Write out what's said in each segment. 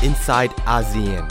inside ASEAN.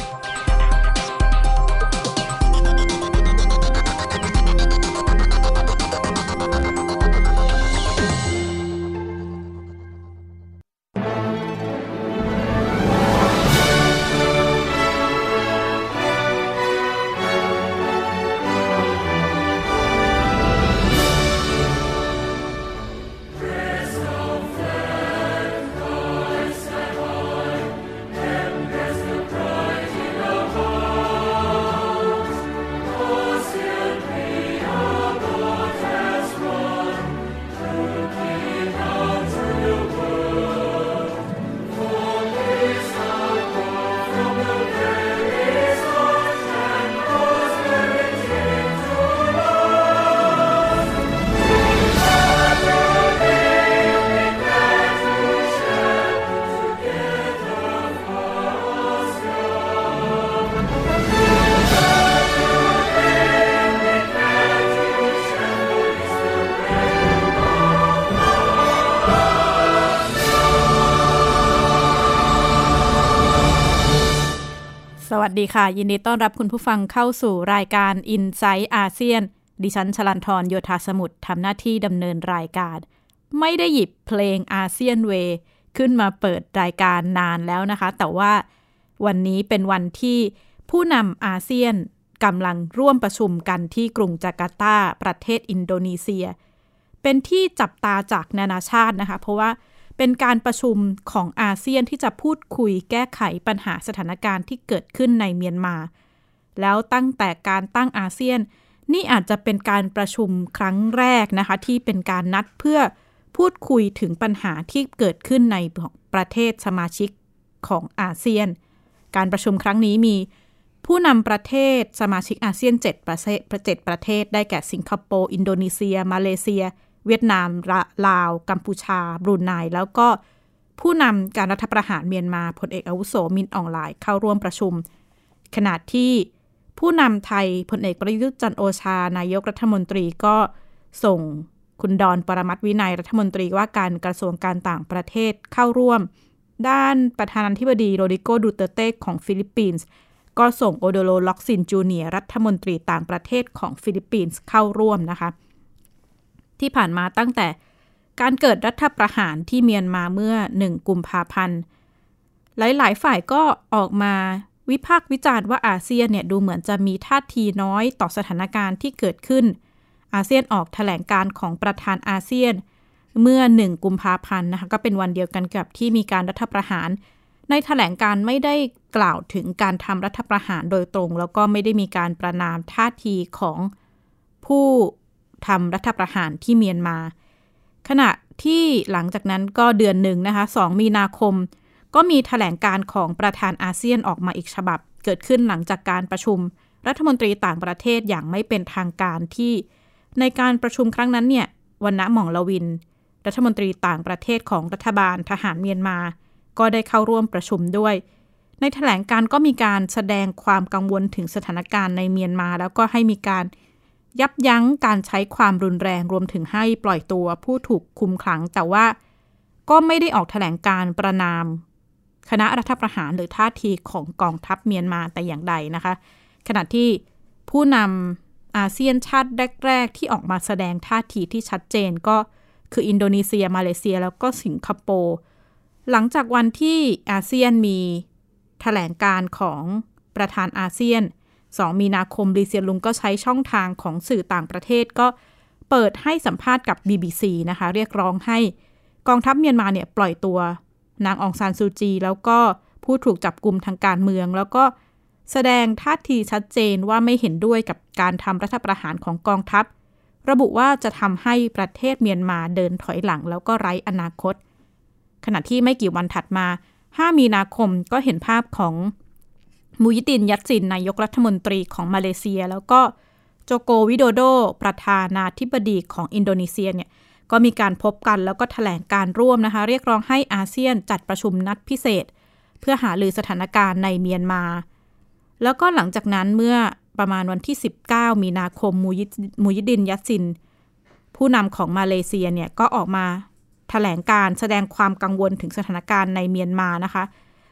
สวัสดีค่ะยินดีต้อนรับคุณผู้ฟังเข้าสู่รายการ Inside ASEAN ดิฉันชลันธรโยธาสมุทรทำหน้าที่ดำเนินรายการไม่ได้หยิบเพลง ASEAN Way ขึ้นมาเปิดรายการนานแล้วนะคะแต่ว่าวันนี้เป็นวันที่ผู้นำอาเซียนกำลังร่วมประชุมกันที่กรุงจาการ์ตาประเทศอินโดนีเซียเป็นที่จับตาจากนานาชาตินะคะเพราะว่าเป็นการประชุมของอาเซียนที่จะพูดคุยแก้ไขปัญหาสถานการณ์ที่เกิดขึ้นในเมียนมาแล้วตั้งแต่การตั้งอาเซียนนี่อาจจะเป็นการประชุมครั้งแรกนะคะที่เป็นการนัดเพื่อพูดคุยถึงปัญหาที่เกิดขึ้นในประเทศสมาชิกของอาเซียนการประชุมครั้งนี้มีผู้นำประเทศสมาชิกอาเซียน7ประเทศได้แก่สิงคโปร์อินโดนีเซียมาเลเซียเวียดนามลาวกัมพูชาบรูไนแล้วก็ผู้นำการรัฐประหารเมียนมาพลเอกอาวุโสมินอองหลายเข้าร่วมประชุมขณะที่ผู้นำไทยพลเอกประยุทธ์จันทร์โอชานายกรัฐมนตรีก็ส่งคุณดอนปรมัตถ์วินัยรัฐมนตรีว่าการกระทรวงการต่างประเทศเข้าร่วมด้านประธานาธิบดีโรดริโก ดูเตอร์เต้ของฟิลิปปินส์ก็ส่งโอโดโล ล็อกซินจูเนียร์รัฐมนตรีต่างประเทศของฟิลิปปินส์เข้าร่วมนะคะที่ผ่านมาตั้งแต่การเกิดรัฐประหารที่เมียนมาเมื่อ1กุมภาพันธ์หลายๆฝ่ายก็ออกมาวิพากษ์วิจารณ์ว่าอาเซียนเนี่ยดูเหมือนจะมีท่าทีน้อยต่อสถานการณ์ที่เกิดขึ้นอาเซียนออกแถลงการของประธานอาเซียนเมื่อ1กุมภาพันธ์นะคะก็เป็นวันเดียวกันกับที่มีการรัฐประหารในแถลงการไม่ได้กล่าวถึงการทำรัฐประหารโดยตรงแล้วก็ไม่ได้มีการประณามท่าทีของผู้ทำรัฐประหารที่เมียนมาขณะที่หลังจากนั้นก็เดือนหนึ่งนะคะ2มีนาคมก็มีแถลงการของประธานอาเซียนออกมาอีกฉบับเกิดขึ้นหลังจากการประชุมรัฐมนตรีต่างประเทศอย่างไม่เป็นทางการที่ในการประชุมครั้งนั้นเนี่ยวรรณหม่องลวินรัฐมนตรีต่างประเทศของรัฐบาลทหารเมียนมาก็ได้เข้าร่วมประชุมด้วยในแถลงการก็มีการแสดงความกังวลถึงสถานการณ์ในเมียนมาแล้วก็ให้มีการยับยั้งการใช้ความรุนแรงรวมถึงให้ปล่อยตัวผู้ถูกคุมขังแต่ว่าก็ไม่ได้ออกแถลงการประณามคณะรัฐประหารหรือท่าทีของกองทัพเมียนมาแต่อย่างใดนะคะขณะที่ผู้นำอาเซียนชาติแรกๆที่ออกมาแสดงท่าทีที่ชัดเจนก็คืออินโดนีเซียมาเลเซียแล้วก็สิงคโปร์หลังจากวันที่อาเซียนมีแถลงการของประธานอาเซียน2มีนาคมลีเซียนลุงก็ใช้ช่องทางของสื่อต่างประเทศก็เปิดให้สัมภาษณ์กับ BBC นะคะเรียกร้องให้กองทัพเมียนมาเนี่ยปล่อยตัวนางองซานซูจีแล้วก็ผู้ถูกจับกุมทางการเมืองแล้วก็แสดงท่าทีชัดเจนว่าไม่เห็นด้วยกับการทำรัฐประหารของกองทัพระบุว่าจะทำให้ประเทศเมียนมาเดินถอยหลังแล้วก็ไร้อนาคตขณะที่ไม่กี่วันถัดมา5มีนาคมก็เห็นภาพของมูยิดินยัตซินนายกรัฐมนตรีของมาเลเซียแล้วก็โจโกวิโดโดประธานาธิบดีของอินโดนีเซียเนี่ยก็มีการพบกันแล้วก็แถลงการร่วมนะคะเรียกร้องให้อาเซียนจัดประชุมนัดพิเศษเพื่อหารือสถานการณ์ในเมียนมาแล้วก็หลังจากนั้นเมื่อประมาณวันที่19มีนาคมมูยิดินยัตซินผู้นำของมาเลเซียเนี่ยก็ออกมาแถลงการแสดงความกังวลถึงสถานการณ์ในเมียนมานะคะ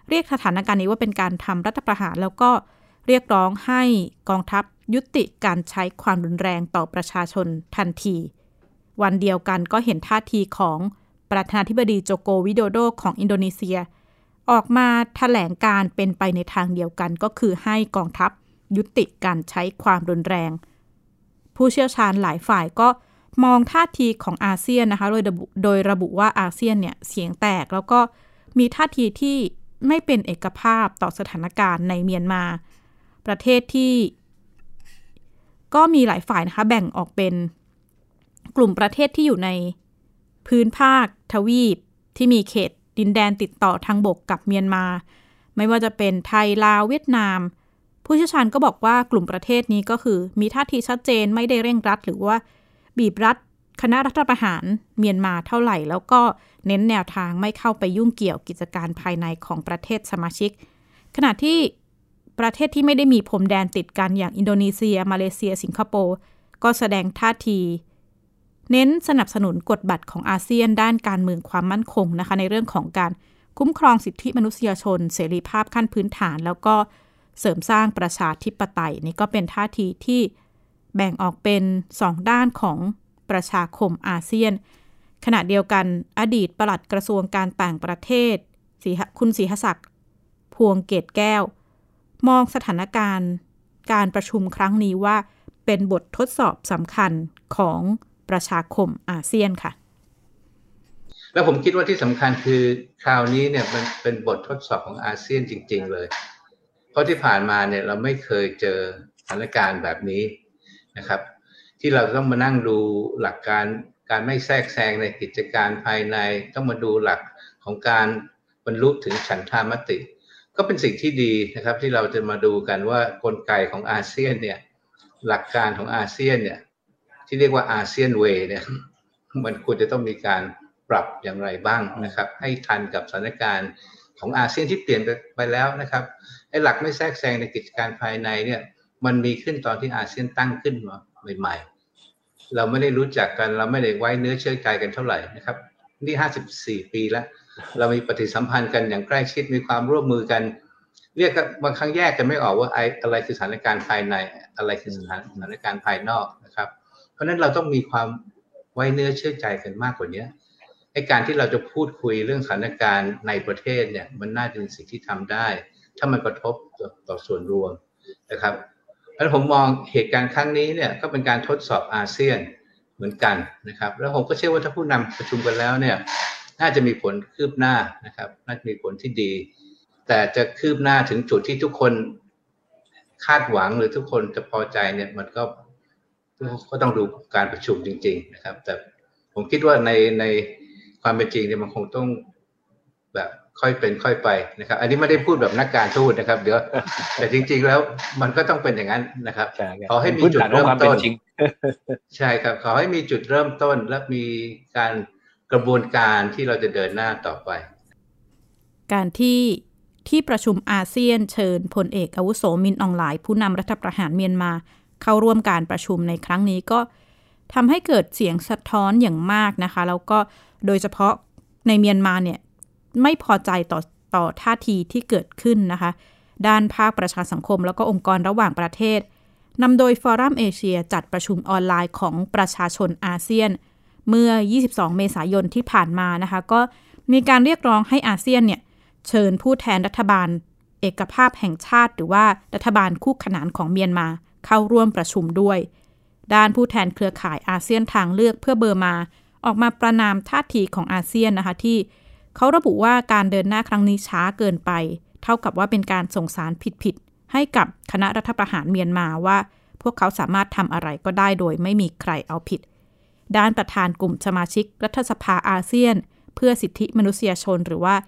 เรียกสถานการณ์นี้ว่าเป็นการทำรัฐประหารแล้วก็เรียกร้องให้กองทัพยุติการใช้ความรุนแรงต่อประชาชนทันทีวันเดียวกันก็เห็นท่าทีของประธานาธิบดีโจโกวิโดโดของอินโดนีเซียออกมาแถลงการเป็นไปในทางเดียวกันก็คือให้กองทัพยุติการใช้ความรุนแรงผู้เชี่ยวชาญหลายฝ่ายก็มองท่าทีของอาเซียนนะคะโดยระบุว่าอาเซียนเนี่ยเสียงแตกแล้วก็มีท่าทีที่ไม่เป็นเอกภาพต่อสถานการณ์ในเมียนมาประเทศที่ก็มีหลายฝ่ายนะคะแบ่งออกเป็นกลุ่มประเทศที่อยู่ในพื้นภาคทวีปที่มีเขตดินแดนติดต่อทางบกกับเมียนมาไม่ว่าจะเป็นไทยลาวเวียดนามผู้เชี่ยวชาญก็บอกว่ากลุ่มประเทศนี้ก็คือมีท่าทีชัดเจนไม่ได้เร่งรัดหรือว่าบีบรัดคณะรัฐประหารเมียนมาเท่าไหร่แล้วก็เน้นแนวทางไม่เข้าไปยุ่งเกี่ยวกิจการภายในของประเทศสมาชิกขณะที่ประเทศที่ไม่ได้มีพรมแดนติดกันอย่างอินโดนีเซียมาเลเซียสิงคโปร์ก็แสดงท่าทีเน้นสนับสนุนกฎบัตรของอาเซียนด้านการเมืองความมั่นคงนะคะในเรื่องของการคุ้มครองสิทธิมนุษยชนเสรีภาพขั้นพื้นฐานแล้วก็เสริมสร้างประชาธิปไตยนี่ก็เป็นท่าทีที่แบ่งออกเป็น2ด้านของประชาคมอาเซียนขณะเดียวกันอดีตปลัดกระทรวงการต่างประเทศคุณศรีหศักดิ์พวงเกตแก้วมองสถานการณ์การประชุมครั้งนี้ว่าเป็นบททดสอบสำคัญของประชาคมอาเซียนค่ะแล้วผมคิดว่าที่สำคัญคือคราวนี้เนี่ยมันเป็นบททดสอบของอาเซียนจริงๆเลยเพราะที่ผ่านมาเนี่ยเราไม่เคยเจอสถานการณ์แบบนี้นะครับที่เราต้องมานั่งดูหลักการไม่แทรกแซงในกิจการภายในต้องมาดูหลักของการบรรลุถึงฉันทามติก็เป็นสิ่งที่ดีนะครับที่เราจะมาดูกันว่ากลไกของอาเซียนเนี่ยหลักการของอาเซียนเนี่ยที่เรียกว่าอาเซียนเวย์เนี่ยมันควรจะต้องมีการปรับอย่างไรบ้างนะครับให้ทันกับสถานการณ์ของอาเซียนที่เปลี่ยนไปแล้วนะครับไอ้หลักไม่แทรกแซงในกิจการภายในเนี่ยมันมีขึ้นตอนที่อาเซียนตั้งขึ้นมาใหม่ๆเราไม่ได้รู้จักกันเราไม่ได้ไว้เนื้อเชื่อใจกันเท่าไหร่นะครับนี่54 ปีแล้วเรามีปฏิสัมพันธ์กันอย่างใกล้ชิดมีความร่วมมือกันเรียกบางครั้งแยกกันไม่ออกว่าอะไรคือสถานการณ์ภายในอะไรคือสถานการณ์ภายนอกนะครับเพราะฉะนั้นเราต้องมีความไว้เนื้อเชื่อใจกันมากกว่านี้ไอ้การที่เราจะพูดคุยเรื่องสถานการณ์ในประเทศเนี่ยมันน่าจะเป็นสิ่งที่ทำได้ถ้ามันกระทบต่อส่วนรวมนะครับแล้วผมมองเหตุการณ์ครั้งนี้เนี่ยก็เป็นการทดสอบอาเซียนเหมือนกันนะครับแล้วผมก็เชื่อว่าถ้าผู้นำประชุมกันแล้วเนี่ยน่าจะมีผลคืบหน้านะครับน่าจะมีผลที่ดีแต่จะคืบหน้าถึงจุดที่ทุกคนคาดหวังหรือทุกคนจะพอใจเนี่ยมันก็ต้องดูการประชุมจริงๆนะครับแต่ผมคิดว่าในความเป็นจริงเนี่ยมันคงต้องแบบค่อยเป็นค่อยไปนะครับอันนี้ไม่ได้พูดแบบนักการทูตนะครับเดี๋ยวแต่จริงๆแล้วมันก็ต้องเป็นอย่างนั้นนะครับขอให้มีจุดเริ่มต้นใช่ครับขอให้มีจุดเริ่มต้นและมีการกระบวนการที่เราจะเดินหน้าต่อไปการที่ประชุมอาเซียนเชิญพลเอกอาวุโสมินอองหลายผู้นำรัฐประหารเมียนมาเข้าร่วมการประชุมในครั้งนี้ก็ทำให้เกิดเสียงสะท้อนอย่างมากนะคะแล้วก็โดยเฉพาะในเมียนมาเนี่ยไม่พอใจต่อท่าทีที่เกิดขึ้นนะคะด้านภาคประชาสังคมแล้วก็องค์กรระหว่างประเทศนำโดยฟอรัมเอเชียจัดประชุมออนไลน์ของประชาชนอาเซียนเมื่อ22เมษายนที่ผ่านมานะคะก็มีการเรียกร้องให้อาเซียนเนี่ยเชิญผู้แทนรัฐบาลเอกภาพแห่งชาติหรือว่ารัฐบาลคู่ขนานของเมียนมาเข้าร่วมประชุมด้วยด้านผู้แทนเครือข่ายอาเซียนทางเลือกเพื่อเบอร์มาออกมาประณามท่าทีของอาเซียนนะคะที่เขาระบุว่าการเดินหน้าครั้งนี้ช้าเกินไปเท่ากับว่าเป็นการส่งสารผิดให้กับคณะรัฐประหารเมียนมาว่าพวกเขาสามารถทำอะไรก็ได้โดยไม่มีใครเอาผิดด้านประธานกลุ่มสมาชิกรัฐสภาอาเซียนเพื่อสิทธิมนุษยชนหรือว่า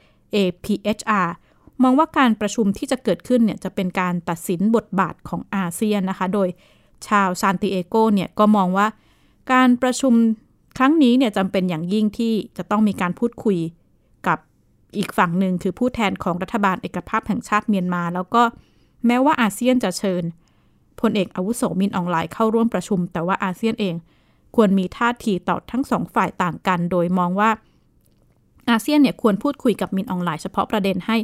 APHR มองว่าการประชุมที่จะเกิดขึ้นเนี่ยจะเป็นการตัดสินบทบาทของอาเซียนนะคะโดยชาวซานติเอโกเนี่ยก็มองว่าการประชุมครั้งนี้เนี่ยจำเป็นอย่างยิ่งที่จะต้องมีการพูดคุยกับอีกฝั่งหนึ่งคือผู้แทนของรัฐบาลเอกภาพแห่งชาติเมียนมาแล้วก็แม้ว่าอาเซียนจะเชิญพลเอกอาวุโสมินอองหลายเข้าร่วมประชุมแต่ว่าอาเซียนเองควรมีท่าทีต่อทั้งสองฝ่ายต่างกันโดยมองว่าอาเซียนเนี่ยควรพูดคุยกับมินอองหลายเฉพาะประเด็นให้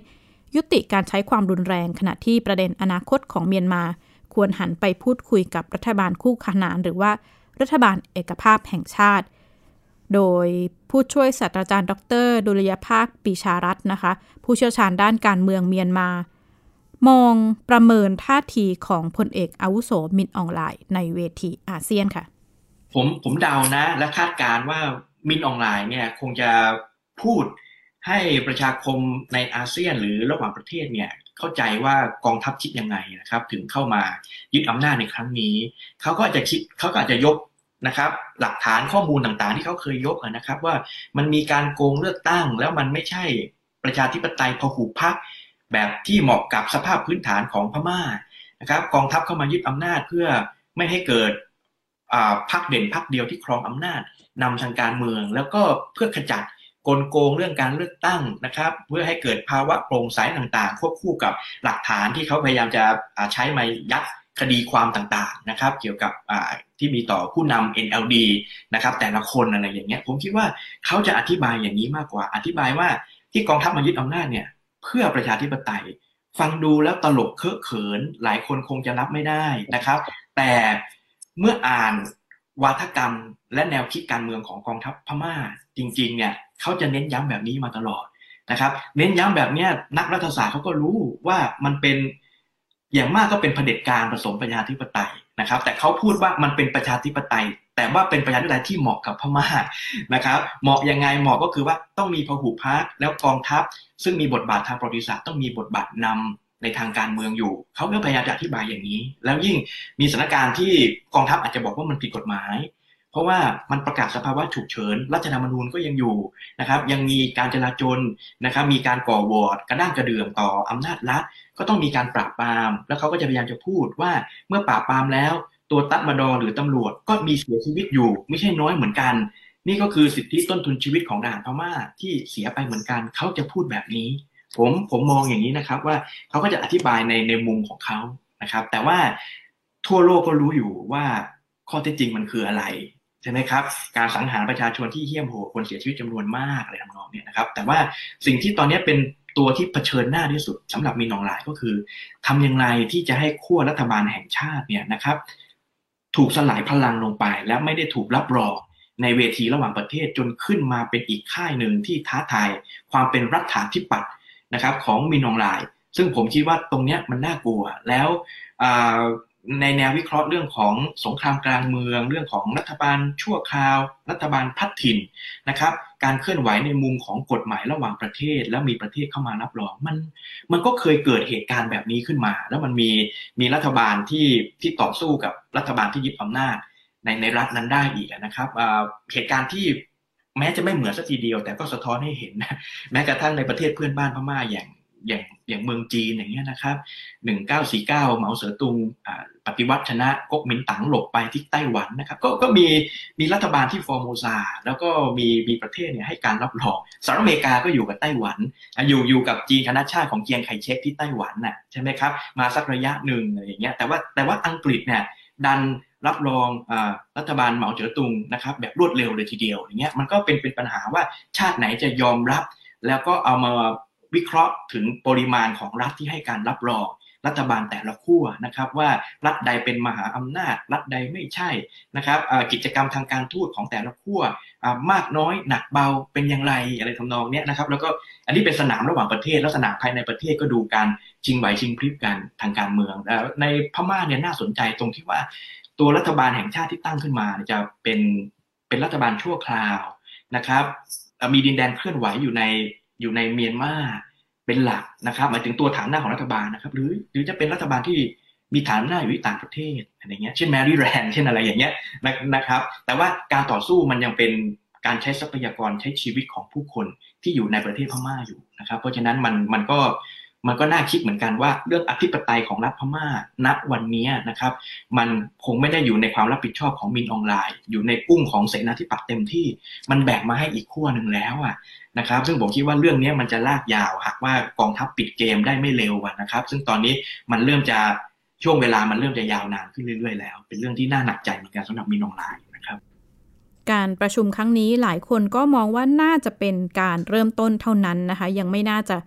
ยุติการใช้ความรุนแรงขณะที่ประเด็นอนาคตของเมียนมาควรหันไปพูดคุยกับรัฐบาลคู่ขนานหรือว่ารัฐบาลเอกภาพแห่งชาติโดยผู้ช่วยศาสตราจารย์ดร.ดุลยภาคปีชารัตน์นะคะผู้เชี่ยวชาญด้านการเมืองเมียนมามองประเมินท่าทีของพลเอกอาวุโสมินอองหลายในเวทีอาเซียนค่ะผมเดานะและคาดการณ์ว่ามินอองหลายเนี่ยคงจะพูดให้ประชาคมในอาเซียนหรือระหว่างประเทศเนี่ยเข้าใจว่ากองทัพคิดยังไงนะครับถึงเข้ามายึดอำนาจในครั้งนี้เขาก็อาจจะยกนะครับหลักฐานข้อมูลต่างๆที่เขาเคยยกนะครับว่ามันมีการโกงเลือกตั้งแล้วมันไม่ใช่ประชาธิปไตยพหุพรรคแบบที่เหมาะกับสภาพพื้นฐานของพม่านะครับกองทัพเข้ามายึดอำนาจเพื่อไม่ให้เกิดพรรคเด่นพรรคเดียวที่ครองอำนาจนำทางการเมืองแล้วก็เพื่อขจัดกลโกงเรื่องการเลือกตั้งนะครับเพื่อให้เกิดภาวะโปร่งใสต่างๆควบคู่กับหลักฐานที่เขาพยายามจะใช้มายัดคดีความต่างๆนะครับเกี่ยวกับที่มีต่อผู้นำ NLD นะครับแต่ละคนอะไรอย่างเงี้ยผมคิดว่าเขาจะอธิบายอย่างนี้มากกว่าอธิบายว่าที่กองทัพมายึดอำนาจเนี่ยเพื่อประชาธิปไตยฟังดูแล้วตลกเคอะเขินหลายคนคงจะรับไม่ได้นะครับแต่เมื่ออ่านวาทกรรมและแนวคิดการเมืองของกองทัพพม่าจริงๆเนี่ยเขาจะเน้นย้ำแบบนี้มาตลอดนะครับเน้นย้ำแบบนี้นักรัฐศาสตร์เขาก็รู้ว่ามันเป็นอย่างมากก็เป็นเผด็จการผสมประชาธิปไตยนะครับแต่เขาพูดว่ามันเป็นประชาธิปไตยแต่ว่าเป็นประชาธิปไตยที่เหมาะกับพม่านะครับเหมาะยังไงเหมาะก็คือว่าต้องมีพหุพรรคแล้วกองทัพซึ่งมีบทบาททางประวัติศาสตร์ต้องมีบทบาทนำในทางการเมืองอยู่เขาก็พยายามจะอธิบายอย่างนี้แล้วยิ่งมีสถานการณ์ที่กองทัพอาจจะบอกว่ามันผิดกฎหมายเพราะว่ามันประกาศสภาวะฉุกเฉินรัฐธรรมนูญก็ยังอยู่นะครับยังมีการจลาจลนะครับมีการก่อวอร์ดกระด้างกระเดื่องต่ออำนาจรัฐก็ต้องมีการปราบปรามแล้วเขาก็จะพยายามจะพูดว่าเมื่อปราบปรามแล้วตัวตัมดหรือตำรวจก็มีเสียชีวิตอยู่ไม่ใช่น้อยเหมือนกันนี่ก็คือสิทธิต้นทุนชีวิตของทหารพม่าที่เสียไปเหมือนกันเขาจะพูดแบบนี้ผมมองอย่างนี้นะครับว่าเขาก็จะอธิบายในมุมของเขานะครับแต่ว่าทั่วโลกก็รู้อยู่ว่าข้อเท็จจริงมันคืออะไรใช่ไหมครับการสังหารประชาชนที่เหี้ยมโหดคนเสียชีวิตจำนวนมากอะไรทำนองนี้นะครับแต่ว่าสิ่งที่ตอนนี้เป็นตัวที่เผชิญหน้าที่สุดสำหรับมินอองหลายก็คือทำอย่างไรที่จะให้ขั้วรัฐบาลแห่งชาติเนี่ยนะครับถูกสลายพลังลงไปและไม่ได้ถูกรับรองในเวทีระหว่างประเทศจนขึ้นมาเป็นอีกค่ายหนึ่งที่ท้าทายความเป็นรัฐาธิปัตย์นะครับของมินอองหลายซึ่งผมคิดว่าตรงนี้มันน่ากลัวแล้วในแนววิเคราะห์เรื่องของสงครามกลางเมืองเรื่องของรัฐบาลชั่วคราวรัฐบาลพัดถิ่นนะครับการเคลื่อนไหวในมุมของกฎหมายระหว่างประเทศแล้วมีประเทศเข้ามารับรองมันก็เคยเกิดเหตุการณ์แบบนี้ขึ้นมาแล้วมันมีรัฐบาลที่ต่อสู้กับรัฐบาลที่ยึดอำนาจในรัฐนั้นได้อีกนะครับเหตุการณ์ที่แม้จะไม่เหมือนสักทีเดียวแต่ก็สะท้อนให้เห็นนะแม้กระทั่งในประเทศเพื่อนบ้านพม่าอย่างเมืองจีนอย่างเงี้ยนะครับ1949เหมาเจ๋อตุงปฏิวัติชนะก๊กมินตั๋งหลบไปที่ไต้หวันนะครับก็มีรัฐบาลที่ฟอร์โมซาแล้วก็มีประเทศเนี่ยให้การรับรองสหรัฐอเมริกาก็อยู่กับไต้หวันอยู่กับจีนคณะชาติของเจียงไคเชกที่ไต้หวันน่ะใช่ไหมครับมาสักระยะหนึ่งอะไรอย่างเงี้ยแต่ว่าอังกฤษเนี่ยดันรับรองรัฐบาลเหมาเจ๋อตุงนะครับแบบรวดเร็วเลยทีเดียวอย่างเงี้ยมันก็เป็นปัญหาว่าชาติไหนจะยอมรับแล้วก็เอามาวิเคราะห์ถึงปริมาณของรัฐที่ให้การรับรองรัฐบาลแต่ละขั้วนะครับว่ารัฐใดเป็นมหาอำนาจรัฐใดไม่ใช่นะครับกิจกรรมทางการทูตของแต่ละขั้วมากน้อยหนักเบาเป็นอย่างไรอะไรทำนองนี้นะครับแล้วก็อันนี้เป็นสนามระหว่างประเทศแล้วสนามภายในประเทศก็ดูการชิงไหวชิงพริบกันทางการเมืองในพม่าเนี่ยน่าสนใจตรงที่ว่าตัวรัฐบาลแห่งชาติที่ตั้งขึ้นมาจะเป็นรัฐบาลชั่วคราวนะครับมีดินแดนเคลื่อนไหวอยู่ในเมียนมาเป็นหลักนะครับหมายถึงตัวฐานหน้าของรัฐบาลนะครับหรือจะเป็นรัฐบาลที่มีฐานหน้าอยู่ที่ต่างประเทศอะไรเงี้ยเช่นแมรี่แลนด์เช่นอะไรอย่างเงี้ยนะครับแต่ว่าการต่อสู้มันยังเป็นการใช้ทรัพยากรใช้ชีวิตของผู้คนที่อยู่ในประเทศพม่าอยู่นะครับเพราะฉะนั้นมันก็น่าคิดเหมือนกันว่าเรื่องอธิปไตยของรัฐพม่าณวันนี้นะครับมันคงไม่ได้อยู่ในความรับผิดชอบของมินอองหลายอยู่ในกุ้งของเสนาธิปัตย์เต็มที่มันแบ่งมาให้อีกขั้วนึงแล้วนะครับซึ่งผมคิดว่าเรื่องนี้มันจะลากยาวหากว่ากองทัพปิดเกมได้ไม่เร็วนะครับซึ่งตอนนี้มันเริ่มจะช่วงเวลามันเริ่มจะยาวนานขึ้นเรื่อยๆแล้วเป็นเรื่องที่น่าหนักใจเหมือนกันสำหรับมินอองหลายนะครับการประชุมครั้งนี้หลายคนก็มองว่าน่าจะเป็นการเริ่มต้นเท่านั้นนะคะยังไม่น่าจะ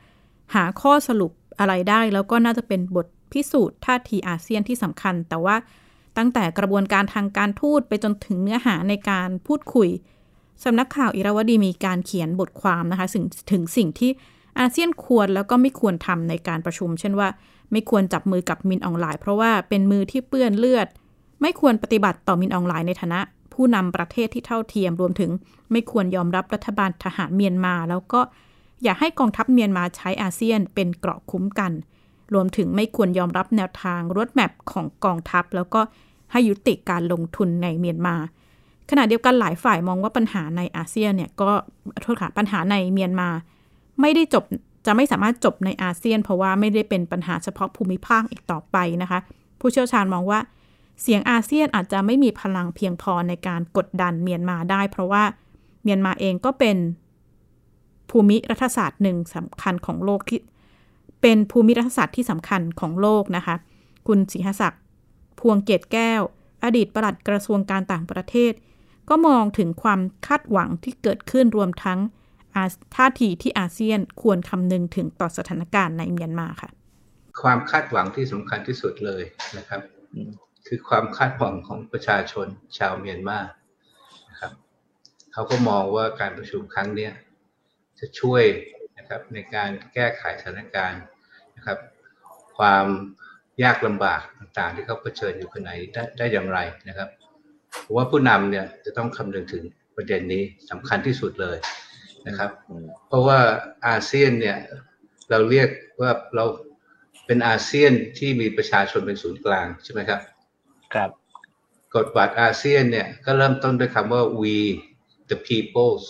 หาข้อสรุปอะไรได้แล้วก็น่าจะเป็นบทพิสูจน์ท่าทีอาเซียนที่สำคัญแต่ว่าตั้งแต่กระบวนการทางการทูตไปจนถึงเนื้อหาในการพูดคุยสำนักข่าวอิราวดีมีการเขียนบทความนะคะถึงสิ่งที่อาเซียนควรแล้วก็ไม่ควรทำในการประชุมเช่นว่าไม่ควรจับมือกับมินอองหลายเพราะว่าเป็นมือที่เปื้อนเลือดไม่ควรปฏิบัติต่อมินอองหลายในฐานะผู้นำประเทศที่เท่าเทียมรวมถึงไม่ควรยอมรับรัฐบาลทหารเมียนมาแล้วก็อย่าให้กองทัพเมียนมาใช้อาเซียนเป็นเกราะคุ้มกันรวมถึงไม่ควรยอมรับแนวทางรถแมพของกองทัพแล้วก็ให้ยุติการลงทุนในเมียนมาขณะเดียวกันหลายฝ่ายมองว่าปัญหาในอาเซียนเนี่ยก็โทษค่ะปัญหาในเมียนมาไม่ได้จบจะไม่สามารถจบในอาเซียนเพราะว่าไม่ได้เป็นปัญหาเฉพาะภูมิภาคอีกต่อไปนะคะผู้เชี่ยวชาญมองว่าเสียงอาเซียนอาจจะไม่มีพลังเพียงพอในการกดดันเมียนมาได้เพราะว่าเมียนมาเองก็เป็นภูมิรัฐศาสตร์หนึ่งสำคัญของโลกที่เป็นภูมิรัฐศาสตร์ที่สำคัญของโลกนะคะคุณศรีหศักดิ์พวงเกตแก้วอดีตปลัดกระทรวงการต่างประเทศก็มองถึงความคาดหวังที่เกิดขึ้นรวมทั้งท่าทีที่อาเซียนควรคำนึงถึงต่อสถานการณ์ในเมียนมาค่ะความคาดหวังที่สำคัญที่สุดเลยนะครับคือความคาดหวังของประชาชนชาวเมียนมานะครับเขาก็มองว่าการประชุมครั้งนี้จะช่วยนะครับในการแก้ไขสถานการณ์นะครับความยากลำบากต่างๆที่เขาเผชิญอยู่ขณะนี้ได้อย่างไรนะครับเพราะว่าผู้นำเนี่ยจะต้องคำนึงถึงประเด็นนี้สำคัญที่สุดเลยนะครับเพราะว่าอาเซียนเนี่ยเราเรียกว่าเราเป็นอาเซียนที่มีประชาชนเป็นศูนย์กลางใช่ไหมครับครับกฎบัตรอาเซียนเนี่ยก็เริ่มต้นด้วยคำว่า we the peoples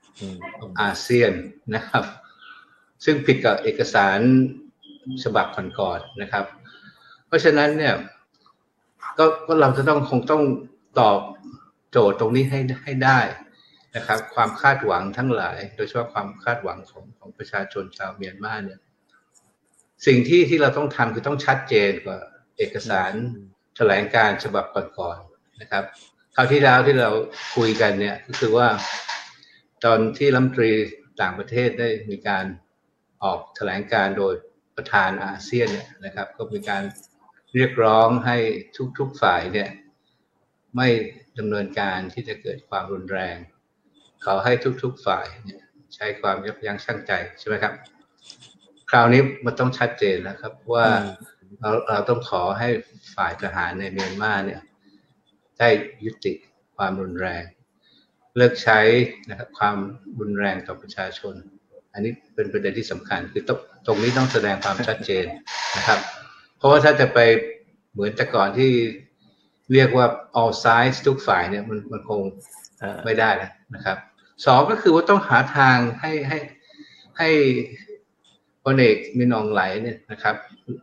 of ASEAN นะครับซึ่งผิดกับเอกสารฉบับก่อนๆนะครับเพราะฉะนั้นเนี่ยก็เราจะคงต้องตอบโจทย์ตรงนี้ให้ได้นะครับความคาดหวังทั้งหลายโดยเฉพาะความคาดหวังของประชาชนชาวเมียนมาเนี่ยสิ่งที่เราต้องทำคือต้องชัดเจนกว่าเอกสารแถลงการฉบับก่อนๆนะครับคราวที่แล้วที่เราคุยกันเนี่ยก็คือว่าตอนที่รัฐมนตรีต่างประเทศได้มีการออกแถลงการโดยประธานอาเซียนเนี่ยนะครับก็มีการเรียกร้องให้ทุกฝ่ายเนี่ยไม่ดำเนินการที่จะเกิดความรุนแรงเขาให้ทุกฝ่ายเนี่ยใช้ความยับยั้งชั่งใจใช่ไหมครับคราวนี้มันต้องชัดเจนแล้วครับว่าเราต้องขอให้ฝ่ายทหารในเมียนมาเนี่ยได้ยุติความรุนแรงเลิกใช้นะครับความรุนแรงต่อประชาชนอันนี้เป็นประเด็นที่สำคัญคือตรงนี้ต้องแสดงความชัดเจนนะครับเพราะว่าถ้าจะไปเหมือนแต่ก่อนที่เรียกว่า all sides ทุกฝ่ายเนี่ยมันคงไม่ได้นะครับสองก็คือว่าต้องหาทางให้พลเอกมินอองหลายเนี่ยนะครับ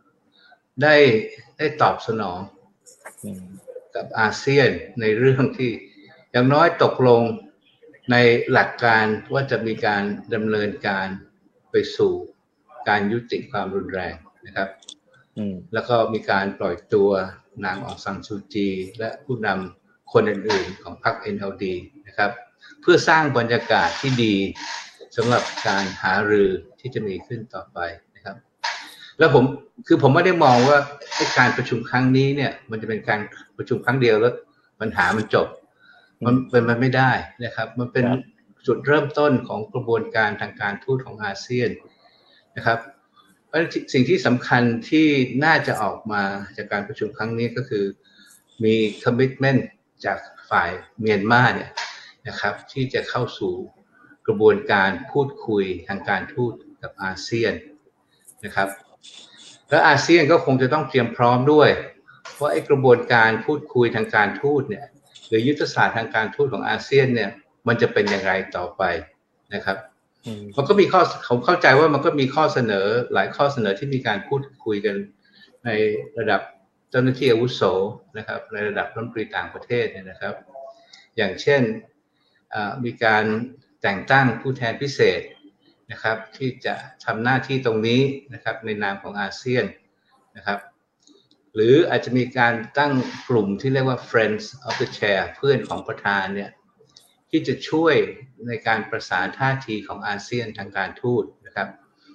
ได้ตอบสนองกับอาเซียนในเรื่องที่อย่างน้อยตกลงในหลักการว่าจะมีการดำเนินการไปสู่การยุติความรุนแรงนะครับแล้วก็มีการปล่อยตัวนางองซันซูจีและผู้นำคนอื่นๆของพรรค NLD นะครับเพื่อสร้างบรรยากาศที่ดีสำหรับการหารือที่จะมีขึ้นต่อไปนะครับแล้วผมไม่ได้มองว่าการประชุมครั้งนี้เนี่ยมันจะเป็นการประชุมครั้งเดียวแล้วปัญหามันจบมันเป็นไม่ได้นะครับมันเป็นจุดเริ่มต้นของกระบวนการทางการทูตของอาเซียนนะครับเพราะสิ่งที่สำคัญที่น่าจะออกมาจากการประชุมครั้งนี้ก็คือมีคอมมิตเมนต์จากฝ่ายเมียนมาเนี่ยนะครับที่จะเข้าสู่กระบวนการพูดคุยทางการทูตกับอาเซียนนะครับและอาเซียนก็คงจะต้องเตรียมพร้อมด้วยเพราะไอ้กระบวนการพูดคุยทางการทูตเนี่ยหรือยุทธศาสตร์ทางการทูตของอาเซียนเนี่ยมันจะเป็นอย่างไรต่อไปนะครับมันก็มีผมเข้าใจว่ามันก็มีข้อเสนอหลายข้อเสนอที่มีการพูดคุยกันในระดับเจ้าหน้าที่อาวุโสนะครับในระดับรัฐมนตรีต่างประเทศเนี่ยนะครับอย่างเช่นมีการแต่งตั้งผู้แทนพิเศษนะครับที่จะทำหน้าที่ตรงนี้นะครับในนามของอาเซียนนะครับหรืออาจจะมีการตั้งกลุ่มที่เรียกว่า Friends of the Chair เพื่อนของประธานเนี่ยที่จะช่วยในการประสานท่าทีของอาเซียนทางการทูตนะครับ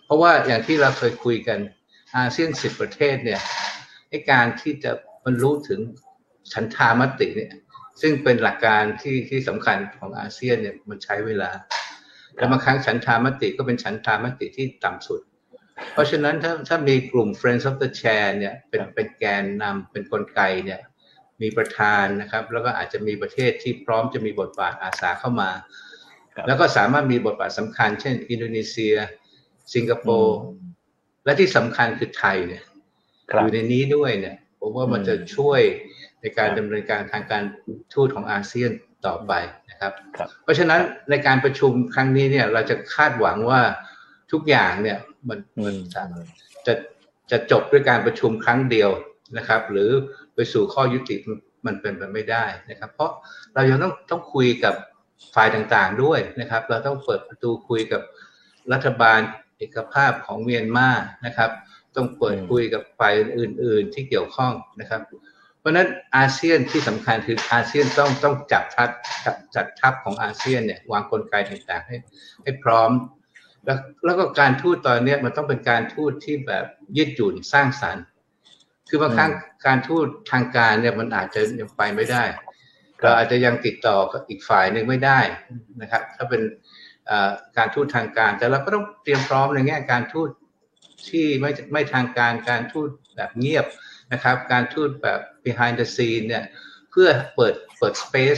เพราะว่าอย่างที่เราเคยคุยกันอาเซียน10ประเทศเนี่ยในการที่จะบรรลุถึงฉันทามติเนี่ยซึ่งเป็นหลักการที่สำคัญของอาเซียนเนี่ยมันใช้เวลาและบางครั้งฉันทามติก็เป็นฉันทามติที่ต่ำสุดเพราะฉะนั้นถ้ามีกลุ่ม Friends of the Chair เนี่ยเป็นแกนนำเป็นกลไกเนี่ยมีประธานนะครับแล้วก็อาจจะมีประเทศที่พร้อมจะมีบทบาทอาสาเข้ามาแล้วก็สามารถมีบทบาทสำคัญเช่นอินโดนีเซียสิงคโปร์และที่สำคัญคือไทยเนี่ยอยู่ในนี้ด้วยเนี่ยผมว่ามันจะช่วยในการดำเนินการทางการทูตของอาเซียนต่อไปนะครับเพราะฉะนั้นในการประชุมครั้งนี้เนี่ยเราจะคาดหวังว่าทุกอย่างเนี่ยมันจะจบด้วยการประชุมครั้งเดียวนะครับหรือไปสู่ข้อยุติมันเป็นไปไม่ได้นะครับเพราะเรายังต้องคุยกับฝ่ายต่างๆด้วยนะครับเราต้องเปิดประตูคุยกับรัฐบาลเอกภาพของเมียนมานะครับต้องเปิดคุยกับฝ่ายอื่นๆที่เกี่ยวข้องนะครับเพราะนั้นอาเซียนที่สำคัญคืออาเซียนต้องจัดทัพของอาเซียนเนี่ยวางกลไกต่างๆให้พร้อมแล้วก็การทูตตอนนี้มันต้องเป็นการทูตที่แบบยืดหยุ่นสร้างสรรค์คือบางครั้งการทูตทางการเนี่ยมันอาจจะยังไปไม่ได้เราอาจจะยังติดต่อกับอีกฝ่ายหนึ่งไม่ได้นะครับถ้าเป็นการทูตทางการแต่เราก็ต้องเตรียมพร้อมในแง่การทูตที่ไม่ทางการการทูตแบบเงียบนะครับการทูตแบบ behind the scene เนี่ยเพื่อเปิด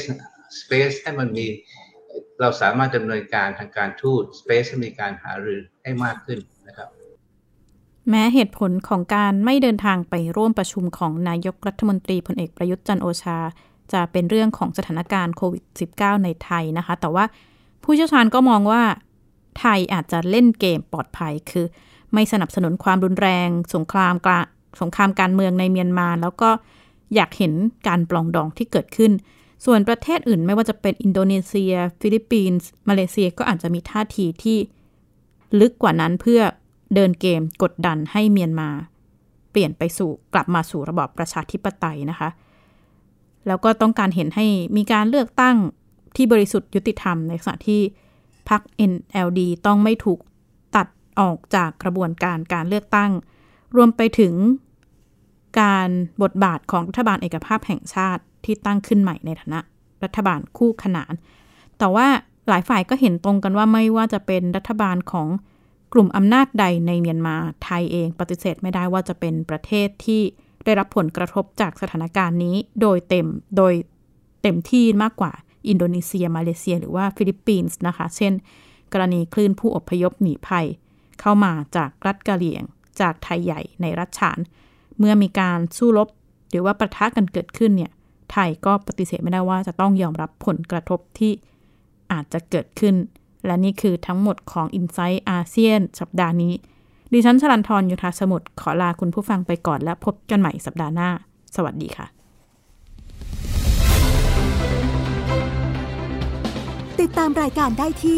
space ให้มันมีเราสามารถดำเนินการทางการทูต space ให้มีการหารือให้มากขึ้นนะครับแม้เหตุผลของการไม่เดินทางไปร่วมประชุมของนายกรัฐมนตรีพลเอกประยุทธ์จันทร์โอชาจะเป็นเรื่องของสถานการณ์โควิด -19 ในไทยนะคะแต่ว่าผู้เชี่ยวชาญก็มองว่าไทยอาจจะเล่นเกมปลอดภัยคือไม่สนับสนุนความรุนแรงสงครามการเมืองในเมียนมาแล้วก็อยากเห็นการปลองดองที่เกิดขึ้นส่วนประเทศอื่นไม่ว่าจะเป็นอินโดนีเซียฟิลิปปินส์มาเลเซียก็อาจจะมีท่าทีที่ลึกกว่านั้นเพื่อเดินเกมกดดันให้เมียนมาเปลี่ยนไปกลับมาสู่ระบอบประชาธิปไตยนะคะแล้วก็ต้องการเห็นให้มีการเลือกตั้งที่บริสุทธิ์ยุติธรรมในขณะที่พรรค NLD ต้องไม่ถูกตัดออกจากกระบวนการเลือกตั้งรวมไปถึงการบทบาทของรัฐบาลเอกภาพแห่งชาติที่ตั้งขึ้นใหม่ในฐานะรัฐบาลคู่ขนานแต่ว่าหลายฝ่ายก็เห็นตรงกันว่าไม่ว่าจะเป็นรัฐบาลของกลุ่มอำนาจใดในเมียนมาไทยเองปฏิเสธไม่ได้ว่าจะเป็นประเทศที่ได้รับผลกระทบจากสถานการณ์นี้โดยเต็มที่มากกว่าอินโดนีเซียมาเลเซียหรือว่าฟิลิปปินส์นะคะเช่นกรณีคลื่นผู้อพยพหนีภัยเข้ามาจากรัฐกะเหรี่ยงจากไทยใหญ่ในรัฐฉานเมื่อมีการสู้รบหรือว่าปะทะกันเกิดขึ้นเนี่ยไทยก็ปฏิเสธไม่ได้ว่าจะต้องยอมรับผลกระทบที่อาจจะเกิดขึ้นและนี่คือทั้งหมดของ Insight อาเซียนสัปดาห์นี้ดิฉันชลันทร โยธาสมุทรขอลาคุณผู้ฟังไปก่อนและพบกันใหม่สัปดาห์หน้าสวัสดีค่ะติดตามรายการได้ที่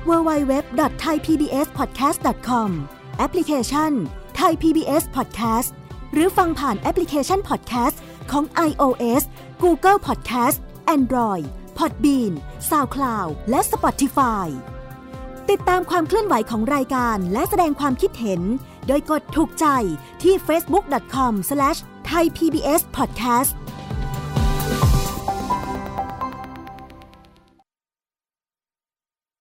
www.thaipbspodcast.com แอปพลิเคชัน Thai PBS Podcast หรือฟังผ่านแอปพลิเคชัน Podcast ของ iOS Google Podcast Android Podbean SoundCloud และ Spotify ติดตามความเคลื่อนไหวของรายการและแสดงความคิดเห็นโดยกดถูกใจที่ facebook.com/thaipbspodcast